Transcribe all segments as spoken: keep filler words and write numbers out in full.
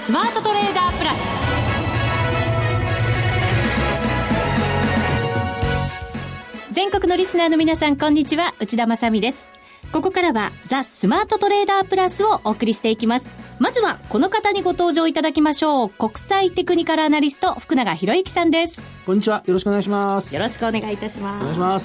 スマートトレーダープラス。全国のリスナーの皆さん、こんにちは、内田まさみです。ここからはザ・スマートトレーダープラスをお送りしていきます。まずはこの方にご登場いただきましょう。国際テクニカルアナリスト、福永博之さんです。 こんにちは、よろしくお願いします。 よろしくお願いいたします。 お願いします。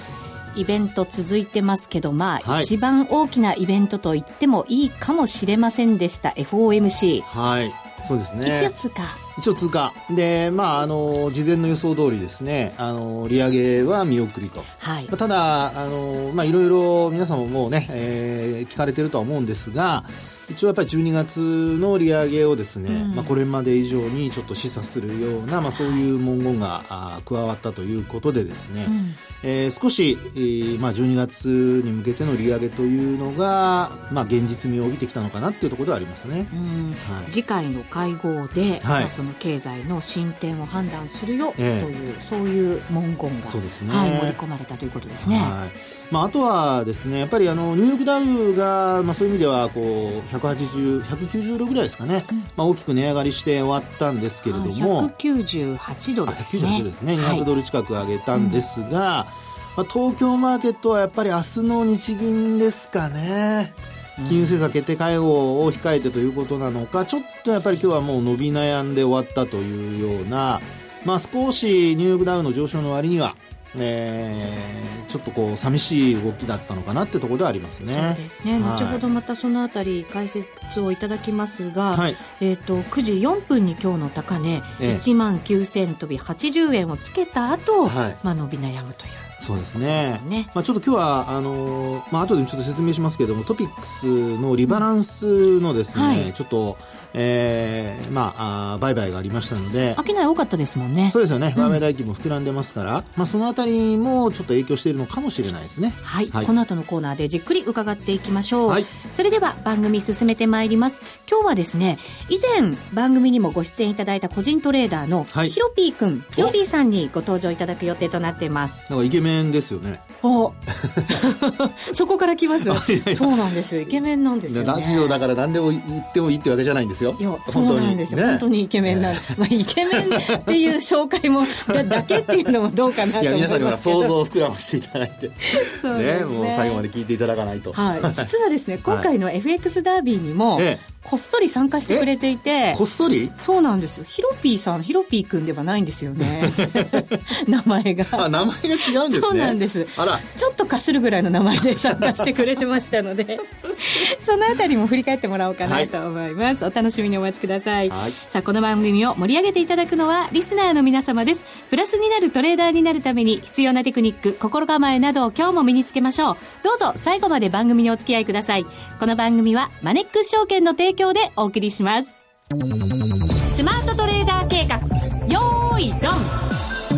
イベント続いてますけど、まあ、 はい、 一番大きなイベントと言ってもいいかもしれませんでした エフオーエムシー。 はい、そうですね。 一応通過一応通過で、まあ、あの事前の予想通りですね、あの利上げは見送りと、 はい、 まあ、ただあの、まあ、いろいろ皆さんももうね、えー、聞かれてるとは思うんですが、一応やっぱりじゅうにがつの利上げをですね、うん、まあ、これまで以上にちょっと示唆するような、まあ、そういう文言があ加わったということでですね、うん、えー、少し、えーまあ、じゅうにがつに向けての利上げというのが、まあ、現実味を帯びてきたのかなというところではありますね。 うん、はい、次回の会合で、はい、まあ、その経済の進展を判断するよ、えー、というそういう文言が、 そうですね、 はい、盛り込まれたということですね。 はい、まあ、あとはですね、やっぱりあのニューヨークダウが、まあ、そういう意味ではこうひゃくはちじゅう、ひゃくきゅうじゅうドルぐらいですかね、うん、まあ、大きく値上がりして終わったんですけれども、 ひゃくきゅうじゅうはちドルですね。 ひゃくきゅうじゅうはちドルですね、にひゃくドル近く上げたんですが、はい、まあ、東京マーケットはやっぱり明日の日銀ですかね、金融政策決定会合を控えてということなのか、ちょっとやっぱり今日はもう伸び悩んで終わったというような、まあ、少しニューヨークダウの上昇の割には、えー、ちょっとこう寂しい動きだったのかなってところではありますね。 そうですね、はい、後ほどまたそのあたり解説をいただきますが、はい、えー、とくじよんぷんに今日の高値、ええ、いちまんきゅうせん飛びはちじゅうえんをつけた後、はい、まあ、伸び悩むという。 そうですね。ね、まあ、ちょっと今日はあのーまあ後でちょっと説明しますけれども、トピックスのリバランスのですね、うん、はい、ちょっとえーまあ、あ売買がありましたので、 商い多かったですもんね。 そうですよね、売買代金も膨らんでますから、うん、まあ、そのあたりもちょっと影響しているのかもしれないですね。 はい、はい、この後のコーナーでじっくり伺っていきましょう。はい、それでは番組進めてまいります。今日はですね、以前番組にもご出演いただいた個人トレーダーのヒロピー君、ヒロピーさんにご登場いただく予定となっています。 なんかイケメンですよね。 おそこから来ます。いやいや、そうなんですよ、イケメンなんですよね。 ラジオだから何でも言ってもいいってわけじゃないんですよ。 いや、そうなんですよ、ね、本当にイケメンなんで、まあ、イケメンっていう紹介も だ, だけっていうのもどうかなと思いますけど、いや、皆さんには想像を膨らましていただいてそうですね、もう最後まで聞いていただかないと。 はい、実はですね、今回の エフエックス ダービーにも、ええ、こっそり参加してくれていて。 こっそり？ そうなんですよ。ヒロピーさん、ヒロピー君ではないんですよね名前が。 あ、名前が違うんですね。 そうなんです。あら、ちょっとかするぐらいの名前で参加してくれてましたのでそのあたりも振り返ってもらおうかなと思います、はい、お楽しみにお待ちください。はい、さあ、この番組を盛り上げていただくのはリスナーの皆様です。プラスになるトレーダーになるために必要なテクニック、心構えなどを今日も身につけましょう。どうぞ最後まで番組にお付き合いください。この番組はマネックス証券の提供でお送りします。スマートトレーダー計画、よーいドン。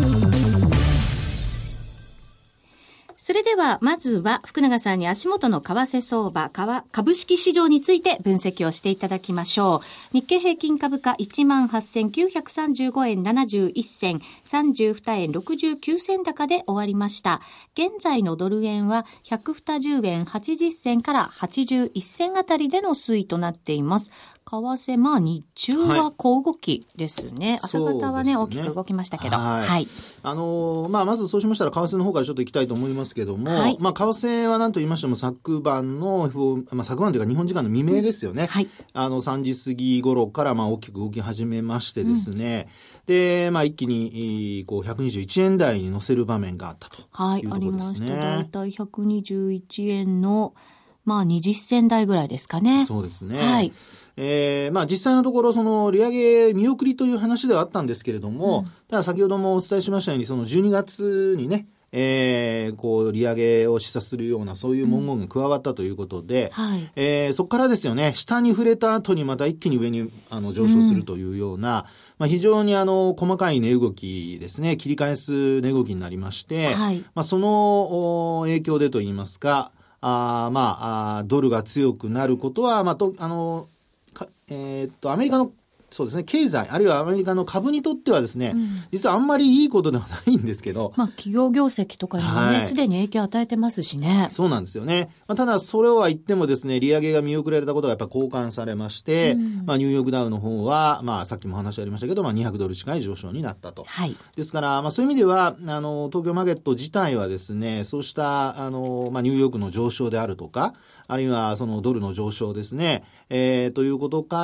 それではまずは福永さんに足元の為替相場、株式市場について分析をしていただきましょう。日経平均株価 いちまんはっせんきゅうひゃくさんじゅうごえんななじゅういっせん、さんじゅうにえんろくじゅうきゅうせん高で終わりました。現在のドル円はひゃくにじゅうえんはちじゅっせんからはちじゅういっせんあたりでの推移となっています。為替、まあ日中は小動きですね。はい、朝方はね、大きく動きましたけど。はい。はい、 あのー、まあまずそうしましたら為替の方からちょっと行きたいと思いますけども、はい、まあ為替は何と言いましても昨晩の、まあ昨晩というか日本時間の未明ですよね。うん、はい。あのさんじ過ぎ頃からまあ大きく動き始めましてですね。うん、で、まあ一気にこうひゃくにじゅういちえん台に乗せる場面があったというところですね。はい、ありました。だいたいひゃくにじゅういちえんのまあにじゅっせん台ぐらいですかね。 そうですね。 はい。えー、まあ実際のところその利上げ見送りという話ではあったんですけれども、うん、ただ先ほどもお伝えしましたようにそのじゅうにがつにね、えー、こう利上げを示唆するようなそういう文言が加わったということで、うん、はい、えー、そこからですよね、下に触れた後にまた一気に上にあの上昇するというような、うん、まあ、非常にあの細かい値動きですね、切り返す値動きになりまして、はい、まあ、その影響でといいますか、あまあ、あドルが強くなることは、まあ、とあのえー、っとアメリカのそうですね、経済、あるいはアメリカの株にとってはですね、うん、実はあんまりいいことではないんですけど。 まあ、企業業績とかにもね、すで、はい、に影響を与えてますしね。 そうなんですよね。まあ、ただ、それは言ってもですね、利上げが見送られたことがやっぱり交換されまして、うん、まあ、ニューヨークダウの方は、まあ、さっきも話ありましたけど、まあ、にひゃくドル近い上昇になったと。 はい。 ですから、まあ、そういう意味では、あの、東京マーケット自体はですね、そうした、あの、まあ、ニューヨークの上昇であるとか、あるいはそのドルの上昇ですね、えー、ということから、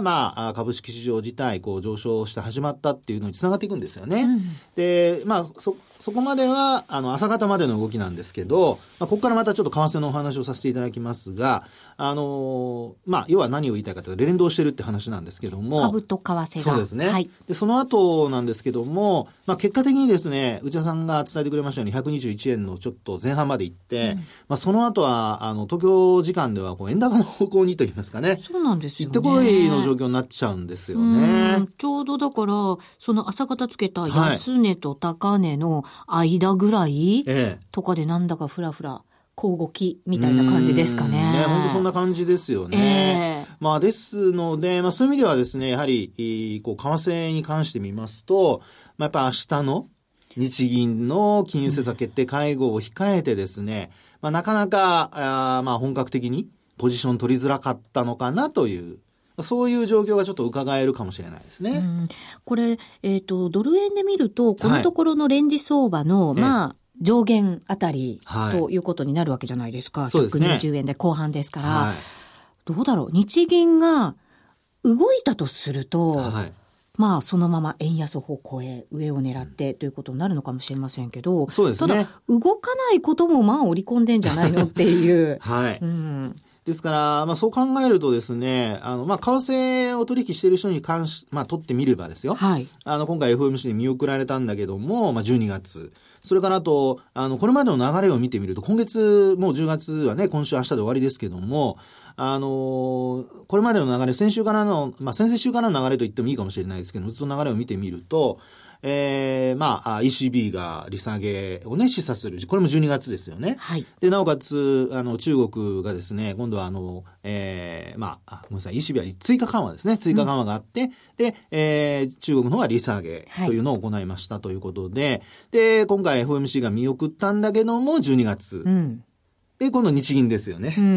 まあ、株式市場自体、こう上昇して始まったっていうのにつながっていくんですよね。うん、で、まあ、そ、そこまでは、あの、朝方までの動きなんですけど、まあ、ここからまたちょっと為替のお話をさせていただきますが、あの、まあ、要は何を言いたいかというと、連動してるって話なんですけども。 株と為替が。 そうですね。 はい。 で、その後なんですけども、まあ、結果的にですね、内田さんが伝えてくれましたように、ひゃくにじゅういちえんのちょっと前半まで行って、うん、まあ、その後は、あの、東京時間では、こう、円高の方向にと言いますかね。 そうなんですよね。 行ってこいの状況になっちゃうんですよね。 ちょうどだから、その朝方つけた安値と高値の間ぐらいとかでなんだかふらふら小動きみたいな感じですかね。 ね、本当そんな感じですよね。えー、まあですので、まあそういう意味ではですね、やはり、こう、為替に関して見ますと、まあやっぱ明日の日銀の金融政策決定会合を控えてですね、まあなかなか、あまあ本格的にポジション取りづらかったのかなという、そういう状況がちょっと伺えるかもしれないですね。うん、 これ、えっと、ドル円で見ると、このところのレンジ相場の、はい、まあ、上限あたりということになるわけじゃないですか。はい、ひゃくにじゅうえんで後半ですから。はい、どうだろう。日銀が動いたとすると、はい、まあ、そのまま円安方向へ上を狙ってということになるのかもしれませんけど、 そうですね。 ただ、動かないこともまあ織り込んでんじゃないのっていう。 はい。 うん、 ですから、まあそう考えるとですね、あの、まあ為替を取引している人に関し、まあ取ってみればですよ。 はい。 あの、今回 エフオーエムシー で見送られたんだけども、まあじゅうにがつ。それからあと、あの、これまでの流れを見てみると、今月、もうじゅうがつはね、今週明日で終わりですけども、あの、これまでの流れ、先週からの、まあ先々週からの流れと言ってもいいかもしれないですけども、その流れを見てみると、えー、まあ、イーシービー が利下げをね、示唆する。これもじゅうにがつですよね。 はい。 で、なおかつ、あの、中国がですね、今度はあの、えー、まあ、ごめんなさい、イーシービー は追加緩和ですね。追加緩和があって、うん、で、えー、中国の方が利下げというのを行いましたということで、はい、で、今回 エフオーエムシー が見送ったんだけども、じゅうにがつ。うん。で、今度日銀ですよね。 うん。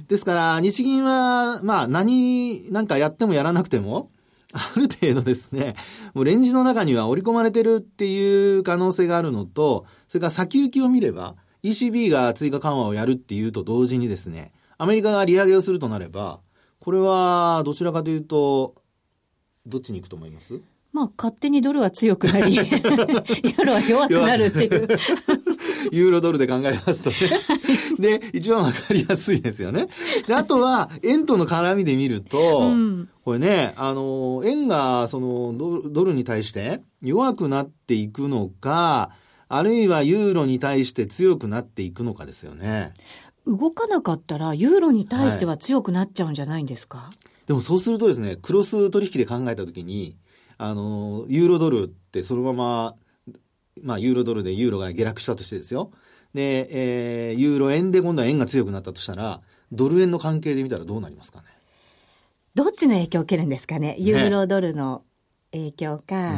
ですから、日銀は、まあ、何、なんかやってもやらなくても、ある程度ですね、もうレンジの中には織り込まれてるっていう可能性があるのと、それから先行きを見れば、イーシービー が追加緩和をやるっていうと同時にですね、アメリカが利上げをするとなれば、これはどちらかというと、どっちに行くと思います？ まあ、勝手にドルは強くなり、ユーロは弱くなるっていう。 ユーロドルで考えますとね。で、一番わかりやすいですよね。で、あとは、円との絡みで見ると、うん、これね、あの、円が、そのド、ドルに対して弱くなっていくのか、あるいはユーロに対して強くなっていくのかですよね。 動かなかったら、ユーロに対しては強くなっちゃうんじゃないんですか？はい、 でもそうするとですね、クロス取引で考えたときに、あの、ユーロドルってそのまま、まあ、ユーロドルでユーロが下落したとしてですよ。で、えー、ユーロ円で今度は円が強くなったとしたら、ドル円の関係で見たらどうなりますかね。 どっちの影響を受けるんですかね。ユーロドルの影響か、ね、うん、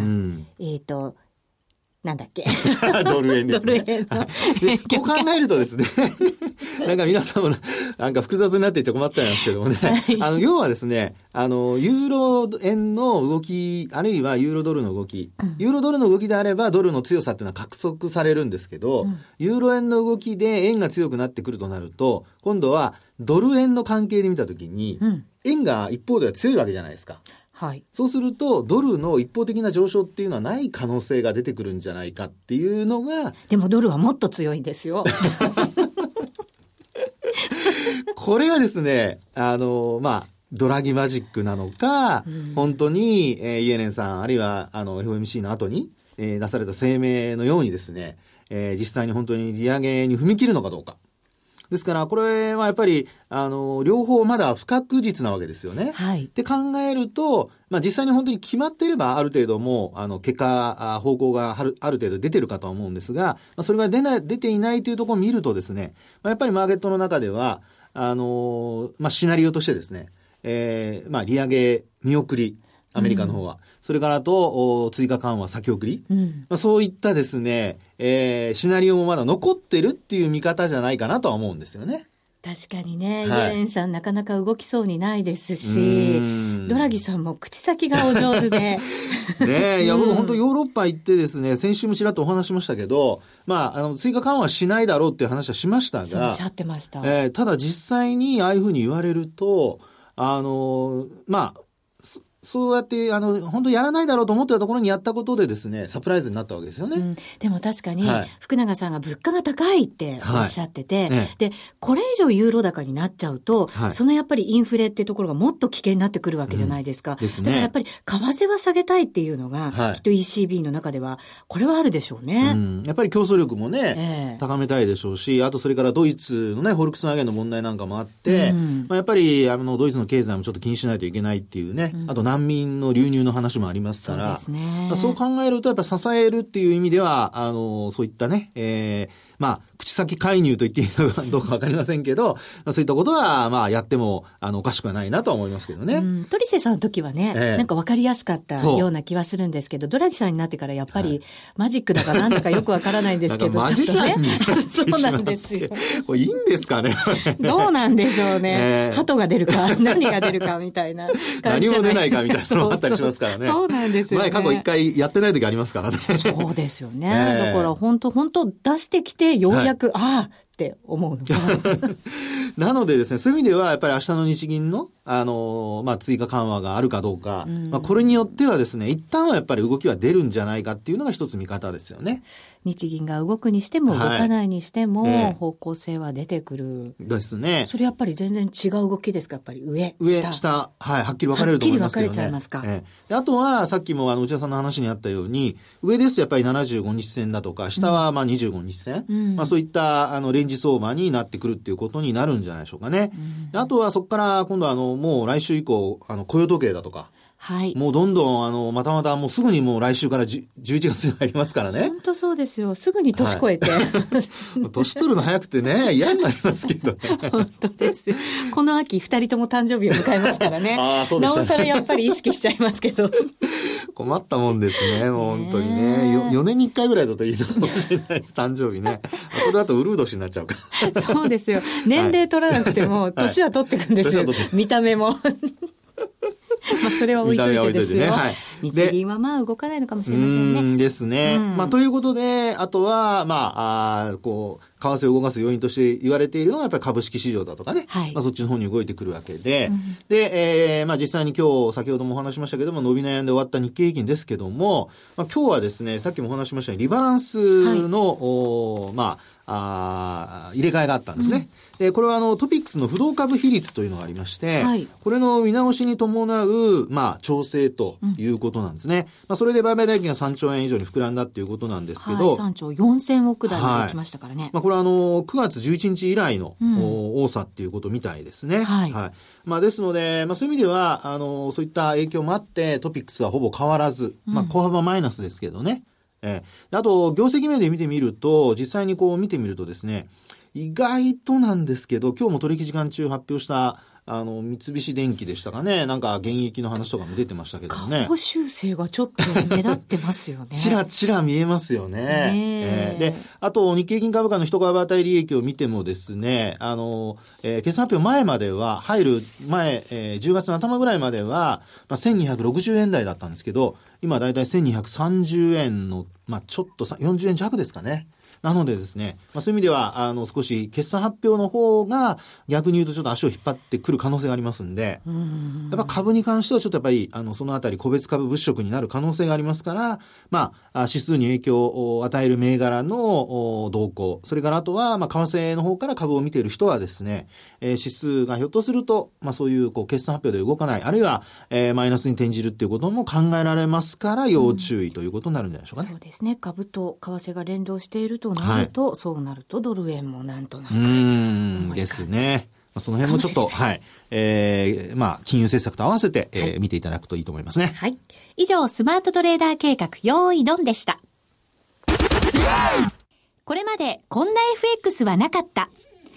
えっと、なんだっけ。 ドル円ですね。 ドル円ので、こう考えるとですね、なんか皆さんもなんか複雑になっていっちゃ困っちゃいますけどもね、はい、あの、要はですね、あの、ユーロ円の動き、あるいはユーロドルの動き、うん、ユーロドルの動きであればドルの強さっていうのは獲得されるんですけど、うん、ユーロ円の動きで円が強くなってくるとなると、今度はドル円の関係で見たときに、うん、円が一方では強いわけじゃないですか。 はい、 そうするとドルの一方的な上昇っていうのはない可能性が出てくるんじゃないかっていうのが。 でもドルはもっと強いんですよ。 これがですね、あの、まあ、ドラギマジックなのか、うん、本当に、えー、イエレンさん、あるいは、あの、エフオーエムシー の後に、えー、出された声明のようにですね、えー、実際に本当に利上げに踏み切るのかどうか。ですから、これはやっぱり、あの、両方まだ不確実なわけですよね。 はい。 って考えると、まあ実際に本当に決まっていれば、ある程度もう、あの、結果、方向がある、ある程度出てるかとは思うんですが、まあ、それが出ない、出ていないというところを見るとですね、まあ、やっぱりマーケットの中では、あの、まあシナリオとしてですね、えー、まあ利上げ見送り、 アメリカの方は。うん、それからと、追加緩和先送り。うんまあ、そういったですね、えー、シナリオもまだ残ってるっていう見方じゃないかなとは思うんですよね。 確かにね、はい、イエレンさんなかなか動きそうにないですし、ドラギさんも口先がお上手で。ねえ、いや僕本当ヨーロッパ行ってですね、先週もちらっとお話しましたけど、まあ、あの、追加緩和しないだろうっていう話はしましたが、 そうおっしゃってました。 えー、ただ実際にああいうふうに言われると、あの、まあ、そうやって、あの、本当やらないだろうと思ってたところにやったことでですね、サプライズになったわけですよね。うん、 でも確かに、はい、福永さんが物価が高いっておっしゃってて、はいね、で、これ以上ユーロ高になっちゃうと、はい、そのやっぱりインフレってところがもっと危険になってくるわけじゃないですか。うんですね、だからやっぱり為替は下げたいっていうのが、はい、きっと イーシービー の中では、これはあるでしょうね。 うん、やっぱり競争力もね、えー、高めたいでしょうし、あとそれからドイツのね、フォルクスワーゲンの問題なんかもあって、うんまあ、やっぱりあのドイツの経済もちょっと気にしないといけないっていうね、うん、あと難民の流入の話もありますから、そうですね、そう考えるとやっぱり支えるっていう意味では、あの、そういったね、えー、まあ、口先介入と言っていいのかどうかわかりませんけど、まあ、そういったことは、まあ、やっても、あの、おかしくはないなとは思いますけどね。うん、 トリセさんの時はね、えー、なんかわかりやすかったような気はするんですけど、ドラギさんになってからやっぱり、はい、マジックだかなんだかよくわからないんですけど、 マジシャンにそうなんですよ。 これいいんですかねどうなんでしょうね。えー、鳩が出るか、何が出るかみたいな感じじゃないですか。何も出ないかみたいなのもあったりしますからね。 そう、そうなんですよね。 前過去一回やってない時ありますからね。 そうですよね。えー、だから本当本当出してきてようやく、はい、ああって思うのかなのでですね、そういう意味ではやっぱり明日の日銀のあのまあ追加緩和があるかどうか、うん、まあこれによってはですね、一旦はやっぱり動きは出るんじゃないかっていうのが一つ見方ですよね。 日銀が動くにしても動かないにしても、はいえー、方向性は出てくるですね。 それやっぱり全然違う動きですか。やっぱり上上下、下はいはっきり分かれると思いますけどね。 はっきり分かれちゃいますか。 えー、であとはさっきもあの内田さんの話にあったように、上ですとやっぱりななじゅうごにち線だとか、下はまあにじゅうごにち線、うん、まあそういったあのレンジ相場になってくるっていうことになるんじゃないでしょうかね。うん、あとはそこから今度はあのもう来週以降あの雇用統計だとか。はい。もうどんどん、あの、またまたもうすぐにもう来週からじゅういちがつに入りますからね。 本当そうですよ。すぐに年越えて。はい、 年取るの早くてね、嫌になりますけどね。 本当ですよ。この秋二人とも誕生日を迎えますからね。ああ、そうですね。なおさらやっぱり意識しちゃいますけど。 困ったもんですね、もう本当にね。よよねんにいっかいぐらいだといいのかもしれないです、誕生日ね。それだとウルー年になっちゃうか。 そうですよ。年齢取らなくても、年は取っていくんですよ。はい、見た目も。まあそれは置いといてですよ。ねはい、日銀はまあ動かないのかもしれませんね。 うんですね。うん、まあということで、あとは、まあ、あこう、為替を動かす要因として言われているのはやっぱり株式市場だとかね。はい、まあそっちの方に動いてくるわけで。うん、で、えー、まあ実際に今日、先ほどもお話しましたけども、伸び悩んで終わった日経平均ですけども、まあ今日はですね、さっきもお話しましたように、リバランスの、はい、おまあ、あ入れ替えがあったんですね。うん、でこれはあのトピックスの不動株比率というのがありまして、はい、これの見直しに伴う、まあ、調整ということなんですね。うん、まあ、それで売買代金がさんちょうえん以上に膨らんだっていうことなんですけど。 はい、さんちょうよんせんおく台まで来ましたからね。はい、 まあ、これはあのくがつじゅういちにち以来の、うん、多さっていうことみたいですね。はい。はい、まあ、ですので、まあ、そういう意味では、あのそういった影響もあってトピックスはほぼ変わらず、まあ、小幅マイナスですけどね。えー、あと、業績面で見てみると、実際にこう見てみるとですね、意外となんですけど、今日も取引時間中発表した、あの、三菱電機でしたかね。なんか、現役の話とかも出てましたけどね。 下方修正がちょっと目立ってますよね。 ちらちら見えますよね。ねえー、で、あと、日経平均株価の一株当たり利益を見てもですね、あの、えー、決算発表前までは、入る前、えー、じゅうがつの頭ぐらいまでは、まあ、せんにひゃくろくじゅうえん台だったんですけど、今だいたいせんにひゃくさんじゅうえんの、まあ、ちょっとよんじゅうえん弱ですかね。なのでですね、まあ、そういう意味では、あの、少し決算発表の方が逆に言うとちょっと足を引っ張ってくる可能性がありますんで、うんやっぱ株に関してはちょっとやっぱり、あの、そのあたり個別株物色になる可能性がありますから、まあ、指数に影響を与える銘柄の動向、それからあとは、まあ、為替の方から株を見ている人はですね、えー、指数がひょっとすると、まあ、そういう、こう、決算発表で動かない、あるいは、えー、マイナスに転じるっていうことも考えられますから、要注意ということになるんじゃないでしょうかね。 うん、そうですね。株と為替が連動しているとなると、はい、そうなるとドル円もなんとなく。うーんですね。その辺もちょっと、はい。えー、まあ、金融政策と合わせて、えーはい、見ていただくといいと思いますね。 はい。以上、スマートトレーダー計画、用意ドンでした。これまで、こんな エフエックス はなかった。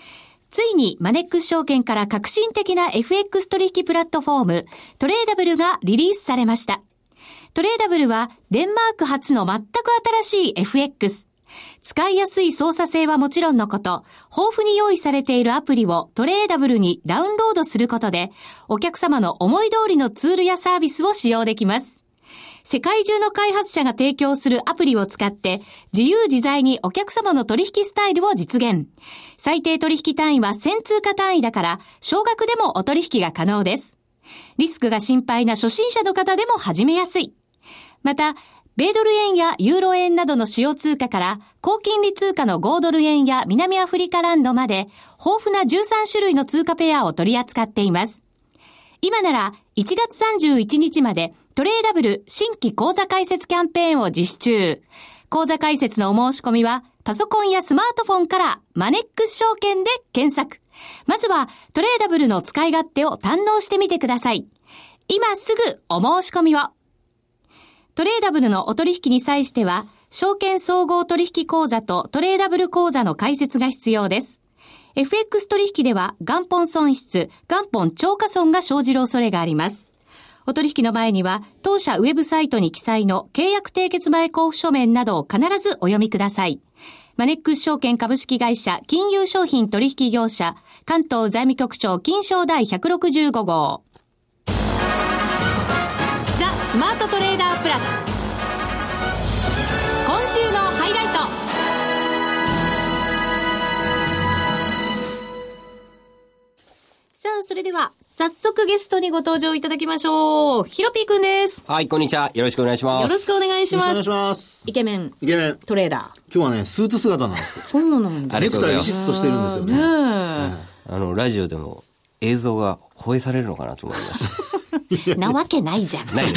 ついにマネックス証券から革新的な エフエックス 取引プラットフォームトレーダブルがリリースされました。トレーダブルはデンマーク発の全く新しい エフエックス。使いやすい操作性はもちろんのこと、豊富に用意されているアプリをトレーダブルにダウンロードすることで、お客様の思い通りのツールやサービスを使用できます。世界中の開発者が提供するアプリを使って、自由自在にお客様の取引スタイルを実現。最低取引単位はせん通貨単位だから、少額でもお取引が可能です。リスクが心配な初心者の方でも始めやすい。また、米ドル円やユーロ円などの主要通貨から、高金利通貨のごドル円や南アフリカランドまで、豊富なじゅうさん種類の通貨ペアを取り扱っています。今なら、いちがつさんじゅういちにちまで、トレーダブル新規口座開設キャンペーンを実施中。口座開設のお申し込みは、パソコンやスマートフォンからマネックス証券で検索。まずは、トレーダブルの使い勝手を堪能してみてください。今すぐお申し込みを。トレーダブルのお取引に際しては、証券総合取引口座とトレーダブル口座の開設が必要です。エフエックス 取引では元本損失、元本超過損が生じる恐れがあります。お取引の前には、当社ウェブサイトに記載の契約締結前交付書面などを必ずお読みください。マネックス証券株式会社金融商品取引業者関東財務局長金商第ひゃくろくじゅうご号。ザ・スマートトレーダープラス。今週のハイライト。さあ、それでは早速ゲストにご登場いただきましょう。ヒロピーくんです。 はい、こんにちは。よろしくお願いします。 よろしくお願いします。 よろしくお願いします。 イケメン。 イケメン。 トレーダー。 今日はね、スーツ姿なんですよ。 そうなんだ。 ネクタイビシッとしてるんですよね。 ねえ、 あの、ラジオでも映像が放映されるのかなと思いました。 なわけないじゃん。 ないです。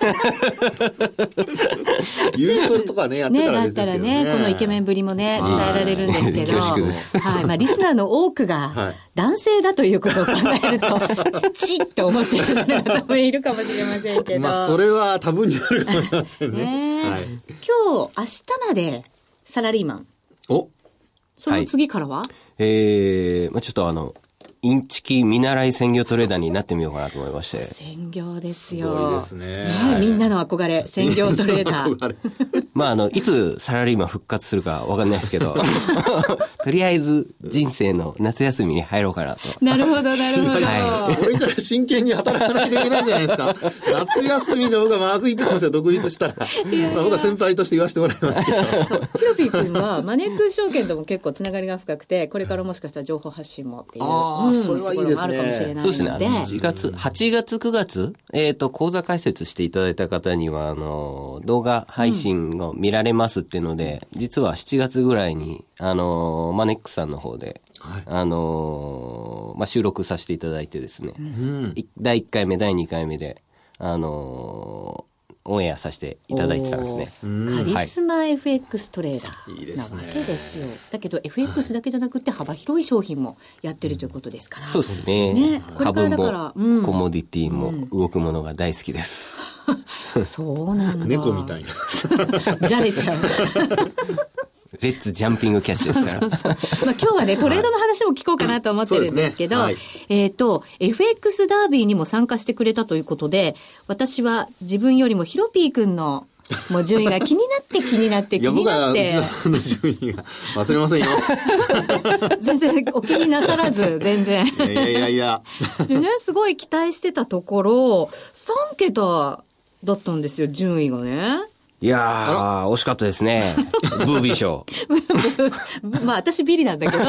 ユーストルとかね、やってたらですけどね。 ね、だったらね、このイケメンぶりもね、伝えられるんですけど。 恐縮です。 はい。まあ、リスナーの多くが、男性だということを考えると、チッと思っている方もいるかもしれませんけど。 まあ、それは多分になるかもしれませんね。 ね、はい、今日、明日まで、サラリーマン。 おその次からは、 はい、えー、まあちょっとあの、インチキ見習い専業トレーダーになってみようかなと思いまして。 専業ですよ。 すごいですね。 ね、みんなの憧れ、専業トレーダー。 まああの、いつサラリーマン復活するかわかんないですけど、とりあえず人生の夏休みに入ろうかなと。 なるほど、なるほど。 はい。 これから真剣に働かなきゃいけないじゃないですか。夏休みじゃ僕はまずいと思うんですよ、独立したら。いやいや、まあ、僕は先輩として言わせてもらいますけど。 ヒロピー君はマネックス証券とも結構つながりが深くて、これからもしかしたら情報発信もっていう。 ああ、うん、それはいいですね。 あるかもしれないので。 そうですね。しちがつ、はちがつ、くがつ、えっと、講座開設していただいた方には、あの、動画配信を見られますっていうので、うん、実はしちがつぐらいに、あの、マネックスさんの方で、はい、あの、まあ、収録させていただいてですね、うん、だいいっかいめ、だいにかいめで、あの、オンエアさせていただいてたんですね。 カリスマ エフエックス トレーダーなわけですよ。いいですね。だけど エフエックス だけじゃなくて幅広い商品もやってるということですから。 そうですね。ね、株も、うん、コモディティも動くものが大好きです。 うん、そうなんだ。 猫みたいな。 じゃれちゃう。 レッツジャンピングキャッチですから。 そうそうそう。まあ、今日はね、トレードの話も聞こうかなと思ってるんですけど、はいねはい、えっ、ー、と、エフエックス ダービーにも参加してくれたということで、私は自分よりもヒロピー君のもう順位が気になって気になって気になって。 いや、僕は内田さんの順位が忘れませんよ。 全然お気になさらず、全然。 いやいやいやいや。 でね、すごい期待してたところ、さん桁だったんですよ、順位がね。 いやー、惜しかったですね。ブービー賞。 まあ、私ビリなんだけど。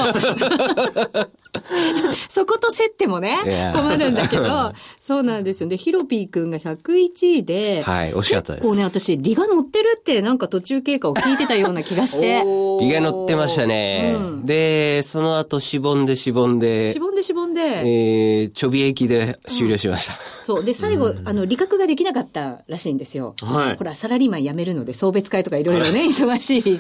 そこと競ってもね、困るんだけど、そうなんですよ。で、ヒロピー君がひゃくいちいで、 はい、惜しかったです。 結構ね、私、利が乗ってるってなんか途中経過を聞いてたような気がして。 利が乗ってましたね。うん、で、その後、しぼんでしぼんで。 しぼんでしぼんで。 えー、ちょび駅で終了しました。うん、 そう。で、最後、あの、利確ができなかったらしいんですよ。はい。ほら、サラリーマン辞めるので、送別会とかいろいろね、忙しい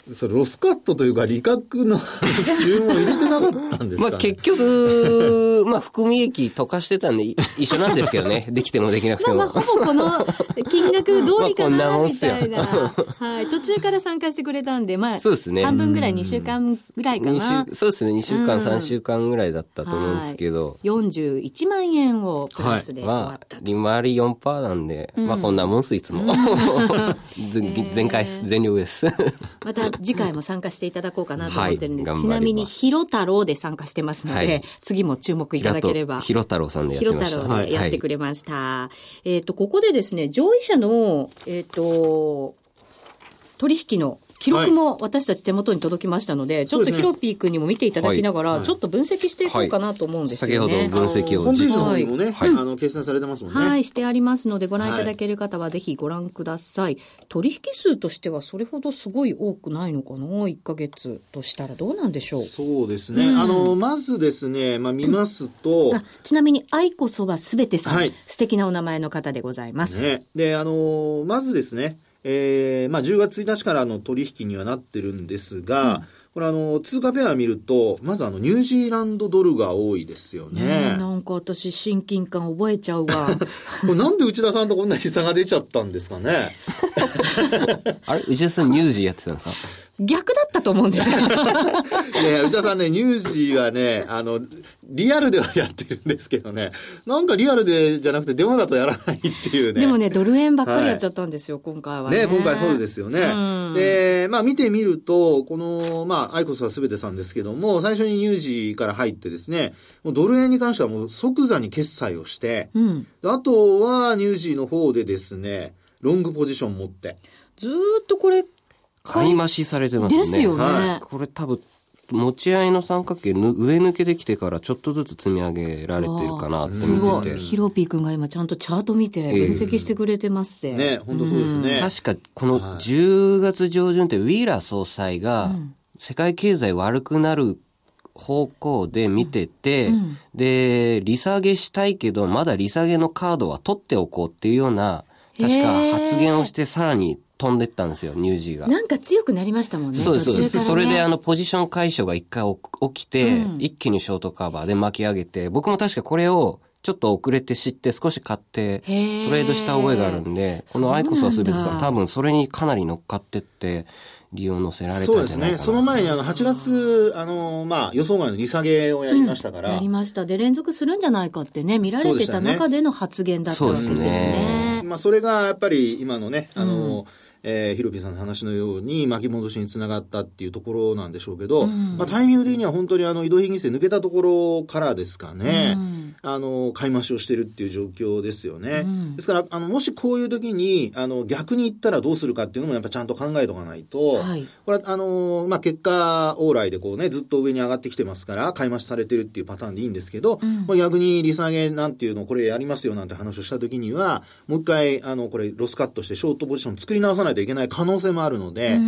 それロスカットというか利確の注文入れてなかったんですかね。 まあ結局、まあ含み益溶かしてたんで一緒なんですけどね。できてもできなくても。 まあまあほぼこの金額通りかな、みたいな。 まあはい。途中から参加してくれたんで、まあ、 そうですね。 半分ぐらいにしゅうかんぐらいかな。 そうですね。にしゅうかん、さんしゅうかんぐらいだったと思うんですけど。はい、 よんじゅういちまんえんをプラスで終わった。 はい、まあ、利回り よんパーセント なんで、うん、まあこんなもんす、いつも。全回です。全力です。 また次回も参加していただこうかなと思ってるんです。はい、ちなみに、ひろたろうで参加してますので、はい、次も注目いただければ。 ひろたろうさんでやってました。 ひろたろうでやってくれました。はい、えっと、ここでですね、上位者の、えっと、取引の記録も私たち手元に届きましたので、はい、ちょっとヒロピー君にも見ていただきながら、はい、ちょっと分析していこうかなと思うんですよね。 はい、先ほど分析を。 ホームページの方にもね、はい、あの、計算されてますもんね。 はい、してありますので、ご覧いただける方はぜひご覧ください。はい、取引数としてはそれほどすごい多くないのかな、いっかげつとしたらどうなんでしょう。 そうですね。うん、あの、まずですね、まあ、見ますと。 あ、ちなみに、愛こそはすべてさん、はい、素敵なお名前の方でございます。 ね。で、あの、まずですね、えーまあ、じゅうがつついたちからの取引にはなってるんですが、うん、これあの通貨ペアを見るとまずあのニュージーランドドルが多いですよね。ね、 なんか私親近感覚えちゃうわ。 これなんで内田さんとこんなに差が出ちゃったんですかね。 あれ、内田さんニュージーやってたんですか。 逆だったと思うんですよ。いやいや、内田さんね、ニュージーはね、あの、リアルではやってるんですけどね、なんかリアルでじゃなくて電話だとやらないっていうね。 でもね、ドル円ばっかりやっちゃったんですよ、はい、今回はね。 ね、今回そうですよね。うん、で、まあ見てみると、この、まあ、アイコスはすべてさんですけども、最初にニュージーから入ってですね、もうドル円に関してはもう即座に決済をして、うん、あとはニュージーの方でですね、ロングポジション持って。 ずーっとこれ、 買い増しされてますね。 ですよね。はい、 これ多分、持ち合いの三角形上抜けてきてからちょっとずつ積み上げられてるかなって見てて。 ヒロピー君が今ちゃんとチャート見て分析してくれてますぜ。 えー、ね、本当そうですね。 確かこのじゅうがつ上旬ってウィーラー総裁が世界経済悪くなる方向で見てて、うんうん、で、利下げしたいけどまだ利下げのカードは取っておこうっていうような確か発言をしてさらに飛んでったんですよ、ニュージーが。 なんか強くなりましたもんね。 そうです、そうです。ね、それであの、ポジション解消が一回起きて、うん、一気にショートカバーで巻き上げて、僕も確かこれをちょっと遅れて知って少し買ってトレードした覚えがあるんで、このアイコスはすべてさん、多分それにかなり乗っかってって、利用乗せられたんじゃないかな。 そうですね。その前にあの、はちがつ、あの、まあ、予想外の利下げをやりましたから、うん。 やりました。で、連続するんじゃないかってね、見られてた中での発言だったわけですね。そうですね。 まあ、それがやっぱり今のね、あの、うんえー、ヒロピーさんの話のように巻き戻しにつながったっていうところなんでしょうけど、うん、まあ、タイミング的には本当にあの移動平均線抜けたところからですかね、うん、あの買い増しをしてるっていう状況ですよね、うん、ですからあのもしこういう時にあの逆に言ったらどうするかっていうのもやっぱちゃんと考えておかないと、はい、これはあの、まあ、結果往来でこうねずっと上に上がってきてますから買い増しされてるっていうパターンでいいんですけど、うんまあ、逆に利下げなんていうのをこれやりますよなんて話をした時にはもう一回あのこれロスカットしてショートポジション作り直さないといけない可能性もあるので、うん、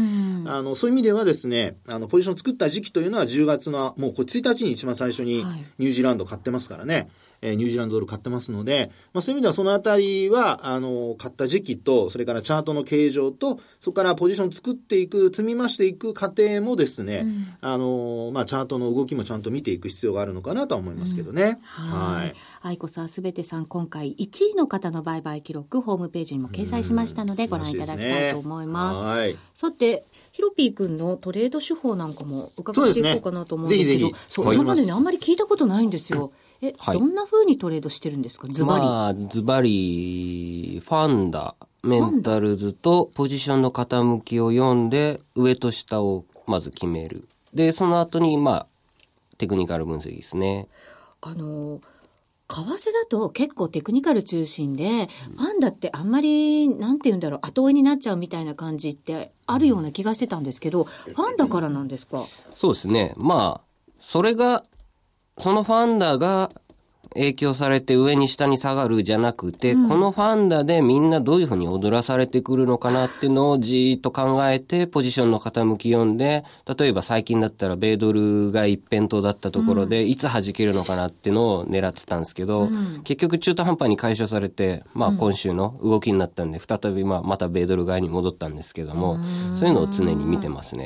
あのそういう意味ではですねあのポジションを作った時期というのはじゅうがつのもうこれついたちに一番最初にニュージーランド買ってますからね、はいえー、ニュージーランドドル買ってますので、まあ、そういう意味ではそのあたりはあの買った時期とそれからチャートの形状とそこからポジション作っていく積み増していく過程もですね、うん、あのまあ、チャートの動きもちゃんと見ていく必要があるのかなとは思いますけどね、うん、はい。 アイコスはすべてさん今回いちいの方の売買記録ホームページにも掲載しましたのでご覧いただきたいと思います。はい。さてヒロピー君のトレード手法なんかも伺っていこうかなと思うんですけど、そうですね、ぜひぜひそう今までにあんまり聞いたことないんですよ。え、はい、どんな風にトレードしてるんですか、ズバリ。 まあ、ズバリ、ファンダ、メンタルズとポジションの傾きを読んで、上と下をまず決める。で、その後に、まあ、テクニカル分析ですね。 あの、為替だと結構テクニカル中心で、ファンダってあんまり、なんて言うんだろう、後追いになっちゃうみたいな感じってあるような気がしてたんですけど、ファンダからなんですか？ そうですね。まあ、それが、そのファンダが影響されて上に下に下がるじゃなくて、うん、このファンダでみんなどういうふうに踊らされてくるのかなっていうのをじーっと考えてポジションの傾き読んで、例えば最近だったら米ドルが一辺倒だったところでいつ弾けるのかなっていうのを狙ってたんですけど、うん、結局中途半端に解消されて、まあ今週の動きになったんで再びまあまた米ドル買いに戻ったんですけども、うん、そういうのを常に見てますね。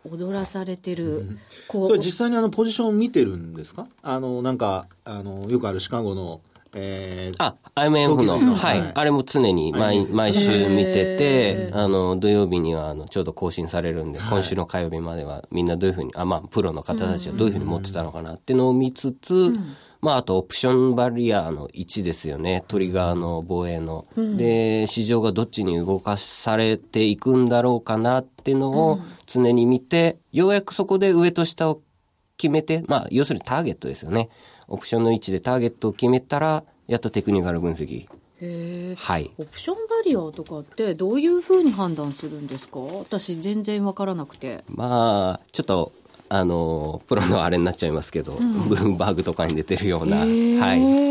踊らされてる、うん、 こうそれ実際にあのポジション見てるんですか？あのなんかあのよくあるシカゴのえー、 あ、アイエムエフ の、の、はい、はい、あれも常に毎、毎週見てて、あの、土曜日には、あの、ちょうど更新されるんで、はい、今週の火曜日までは、みんなどういうふうに、あ、まあ、プロの方たちがどういうふうに持ってたのかなっていうのを見つつ、うん、まあ、あと、オプションバリアの位置ですよね。トリガーの防衛の。うん、で、市場がどっちに動かされていくんだろうかなっていうのを常に見て、うん、ようやくそこで上と下を決めて、まあ、要するにターゲットですよね。オプションの位置でターゲットを決めたら、やっとテクニカル分析。 へー、 はい。 オプションバリアとかってどういうふうに判断するんですか？私全然わからなくて。 まあちょっとあのプロのあれになっちゃいますけど、うん、ブルームバーグとかに出てるような、はい、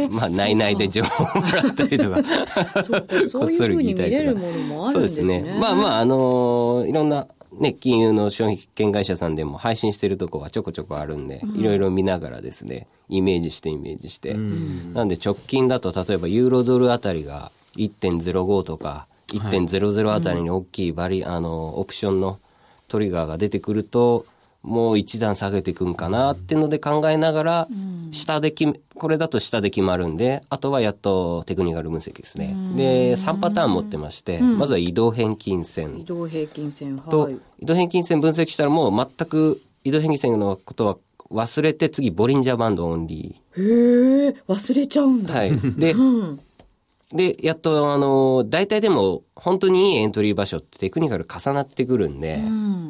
まあ内々で情報をもらったりとかそうかそういうふうに見れるものもあるんですね。 そうですね。まあまああのいろんなね、金融の証券会社さんでも配信してるとこはちょこちょこあるんで、うん、いろいろ見ながらですね、イメージしてイメージして、うん、なんで直近だと例えばユーロドルあたりが いってんゼロご とか いってんゼロゼロ あたりに大きいバリ、うん、あのオプションのトリガーが出てくるともう一段下げていくんかなっていうので考えながら、うん、下で決めこれだと下で決まるんで、あとはやっとテクニカル分析ですね。でさんパターン持ってまして、うん、まずは移動平均線移動平均線、はい、 と移動平均線分析したらもう全く移動平均線のことは忘れて次ボリンジャーバンドオンリー。へー、忘れちゃうんだ。 はい。で、うんで、やっと、あの、大体でも、本当にいいエントリー場所ってテクニカル重なってくるんで、うん、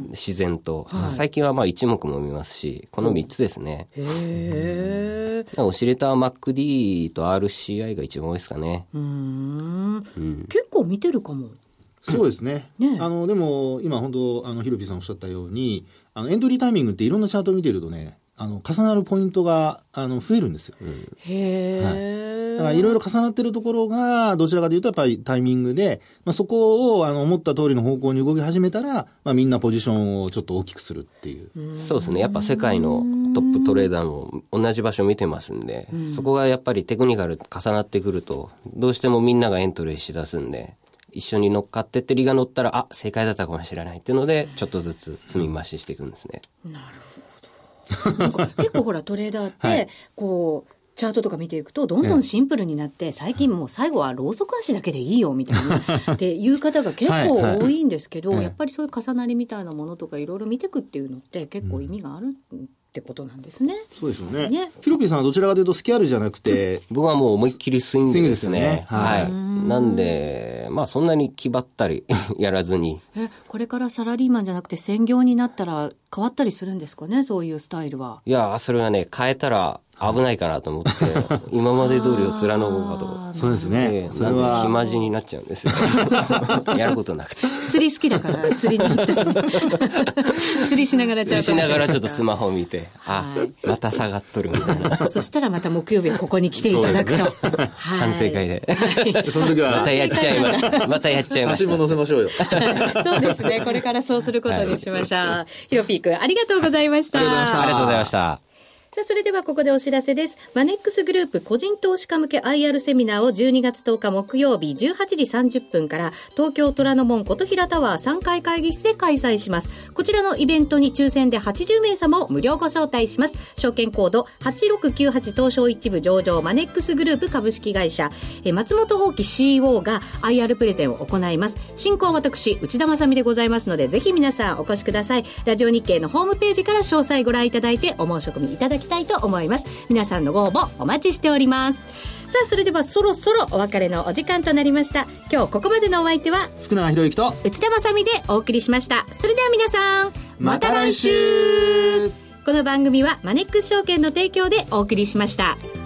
自然と、はい。最近はまあ一目も見ますし、このみっつですね。へー。オシレーター マックディー と アールシーアイ が一番多いですかね。 うーん、うん。結構見てるかも。 そうですね。ね、あの、でも、今本当、あの、ヒロピーさんおっしゃったように、あの、エントリータイミングっていろんなチャートを見てるとね、あの、重なるポイントが、あの、増えるんですよ。うん、 へー。 はいだからいろいろ重なってるところがどちらかというとやっぱりタイミングで、まあ、そこをあの思った通りの方向に動き始めたら、まあ、みんなポジションをちょっと大きくするっていう。 そうですね。やっぱ世界のトップトレーダーも同じ場所を見てますんで、そこがやっぱりテクニカル重なってくるとどうしてもみんながエントリーしだすんで、一緒に乗っかってってリが乗ったらあ正解だったかもしれないっていうのでちょっとずつ積み増ししていくんですね。 なるほど。なんか結構ほらトレーダーって、はい、こうチャートとか見ていくとどんどんシンプルになって、最近もう最後はローソク足だけでいいよみたいなっていう方が結構多いんですけど、はいはい、やっぱりそういう重なりみたいなものとかいろいろ見ていくっていうのって結構意味があるってことなんですね。 そうですよね。ね、ヒロピーさんはどちらかというとスキャルじゃなくて、 僕はもう思いっきりスイングですね。スイングですね。 はい。 はい、なんでまあそんなに気張ったりやらずに。 え、これからサラリーマンじゃなくて専業になったら変わったりするんですかね、そういうスタイルは。 いやそれはね変えたら危ないかなと思って今まで通りを貫こうかと。 そうですね。 それは暇地になっちゃうんですよやることなくて。 釣り好きだから釣りに行ったり釣りしながら釣りしながらちょっとスマホ見て、あ、また下がっとるみたいなそしたらまた木曜日はここに来ていただくと、はい、 反省会で、 はい、その時はまたやっちゃいましたまたやっちゃいました。 写真も載せましょうよそうですね、これからそうすることにしましょう、はい、ヒロピー君ありがとうございました。 ありがとうございました。 ありがとうございました。 さあ、それではここでお知らせです。マネックスグループ個人投資家向け アイアール セミナーをじゅうにがつとおか木曜日じゅうはちじさんじゅっぷんから東京虎ノ門琴平タワーさんかい会議室で開催します。こちらのイベントに抽選ではちじゅうめいさまを無料ご招待します。証券コードはちろくきゅうはち東証一部上場マネックスグループ株式会社え松本大樹 シーイーオー が アイアール プレゼンを行います。進行は私内田まさみでございますので、ぜひ皆さんお越しください。ラジオ日経のホームページから詳細ご覧いただいてお申し込みいただきたいと思います。皆さんのご応募お待ちしております。さあ、それではそろそろお別れのお時間となりました。今日ここまでのお相手は福永博之と内田まさみでお送りしました。それでは皆さんまた来週。この番組はマネックス証券の提供でお送りしました。